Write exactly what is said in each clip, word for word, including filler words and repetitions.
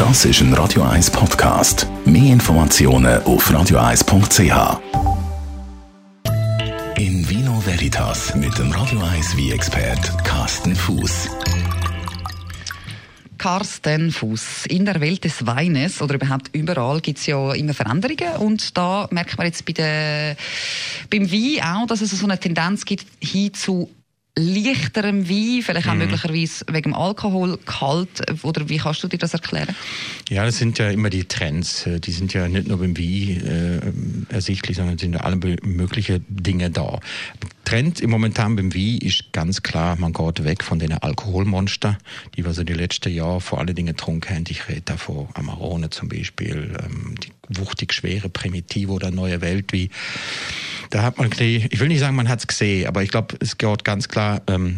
Das ist ein Radio eins Podcast. Mehr Informationen auf radio eins punkt c h. In Vino Veritas mit dem Radio eins Wein-Expert Carsten Fuß. Carsten Fuß. In der Welt des Weines oder überhaupt überall gibt es ja immer Veränderungen und da merkt man jetzt bei der, beim Wein auch, dass es so eine Tendenz gibt hin zu leichterem Wein, vielleicht auch mhm. möglicherweise wegen dem Alkoholgehalt, oder wie kannst du dir das erklären? Ja, das sind ja immer die Trends. Die sind ja nicht nur beim Wein äh, ersichtlich, sondern sind ja alle möglichen Dinge da. Trend im momentan beim Wein ist ganz klar, man geht weg von den Alkoholmonster, die wir so die letzten Jahre vor allen Dingen getrunken haben. Ich rede da von Amarone zum Beispiel, ähm, die wuchtig schwere Primitivo oder Neue Weltwein. Da hat man, ich will nicht sagen, man hat es gesehen, aber ich glaube, es geht ganz klar ähm,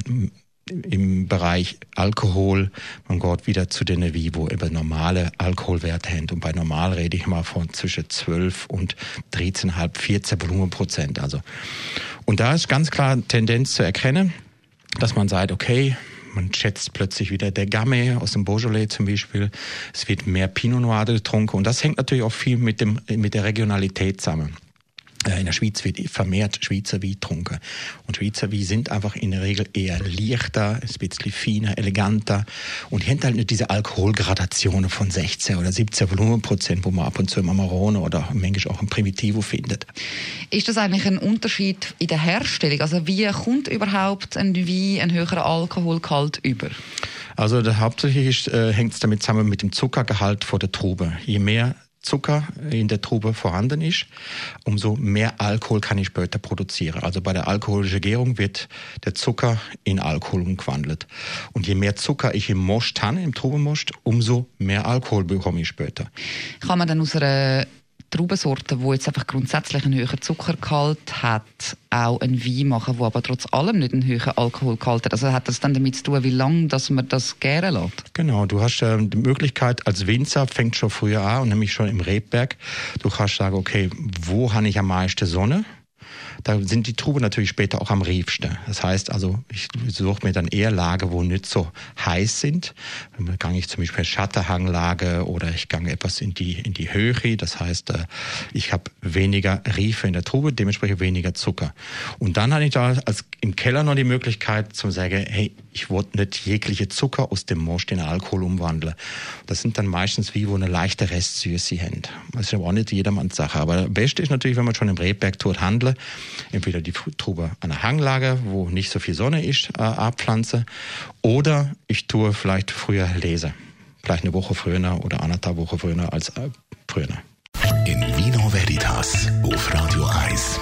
im Bereich Alkohol, man geht wieder zu den Wein, wo über normale Alkoholwerte haben. Und bei normal rede ich mal von zwischen zwölf und dreizehn Komma fünf, vierzehn Volumenprozent. Also. Und da ist ganz klar eine Tendenz zu erkennen, dass man sagt, okay, man schätzt plötzlich wieder der Gamay aus dem Beaujolais zum Beispiel. Es wird mehr Pinot Noir getrunken. Und das hängt natürlich auch viel mit dem, mit der Regionalität zusammen. In der Schweiz wird vermehrt Schweizer Wein getrunken. Und Schweizer Wein sind einfach in der Regel eher leichter, ein bisschen feiner, eleganter. Und die haben halt nicht diese Alkoholgradationen von sechzehn oder siebzehn Volumenprozent, wo man ab und zu im Amarone oder manchmal auch im Primitivo findet. Ist das eigentlich ein Unterschied in der Herstellung? Also wie kommt überhaupt ein Wein einen höheren Alkoholgehalt über? Also der, hauptsächlich äh, hängt es damit zusammen mit dem Zuckergehalt vor der Trube. Je mehr Zucker in der Trube vorhanden ist, umso mehr Alkohol kann ich später produzieren. Also bei der alkoholischen Gärung wird der Zucker in Alkohol umgewandelt. Und je mehr Zucker ich im Most habe, im Trubenmost, umso mehr Alkohol bekomme ich später. Kann man dann aus einer Traubensorte, die jetzt einfach grundsätzlich einen höheren Zuckergehalt hat, auch einen Wein machen, der aber trotz allem nicht einen höheren Alkoholgehalt hat? Also hat das dann damit zu tun, wie lange dass man das gären lässt? Genau, du hast äh, die Möglichkeit, als Winzer fängt schon früher an, und nämlich schon im Rebberg. Du kannst sagen, okay, wo habe ich am meisten Sonne? Da sind die Trauben natürlich später auch am reifsten. Das heißt also, ich suche mir dann eher Lagen, wo nicht so heiß sind. Dann gehe ich zum Beispiel Schattenhanglage oder ich gehe etwas in die, in die Höhe. Das heißt, ich habe weniger Reife in der Traube, dementsprechend weniger Zucker. Und dann habe ich da als im Keller noch die Möglichkeit zu sagen, hey, ich wollte nicht jegliche Zucker aus dem Most in Alkohol umwandeln. Das sind dann meistens wie, wo eine leichte Restsüße haben. Das ist aber auch nicht jedermanns Sache. Aber das Beste ist natürlich, wenn man schon im Rebberg tut, handelt, entweder die Traube an der Hanglage, wo nicht so viel Sonne ist, äh, abpflanze, oder ich tue vielleicht früher lese. Vielleicht eine Woche früher oder anderthalb Wochen früher als äh, früher. In Vino Veritas auf Radio eins.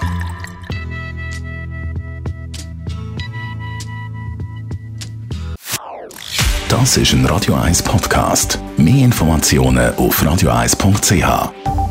Das ist ein Radio eins Podcast. Mehr Informationen auf radio eins punkt c h.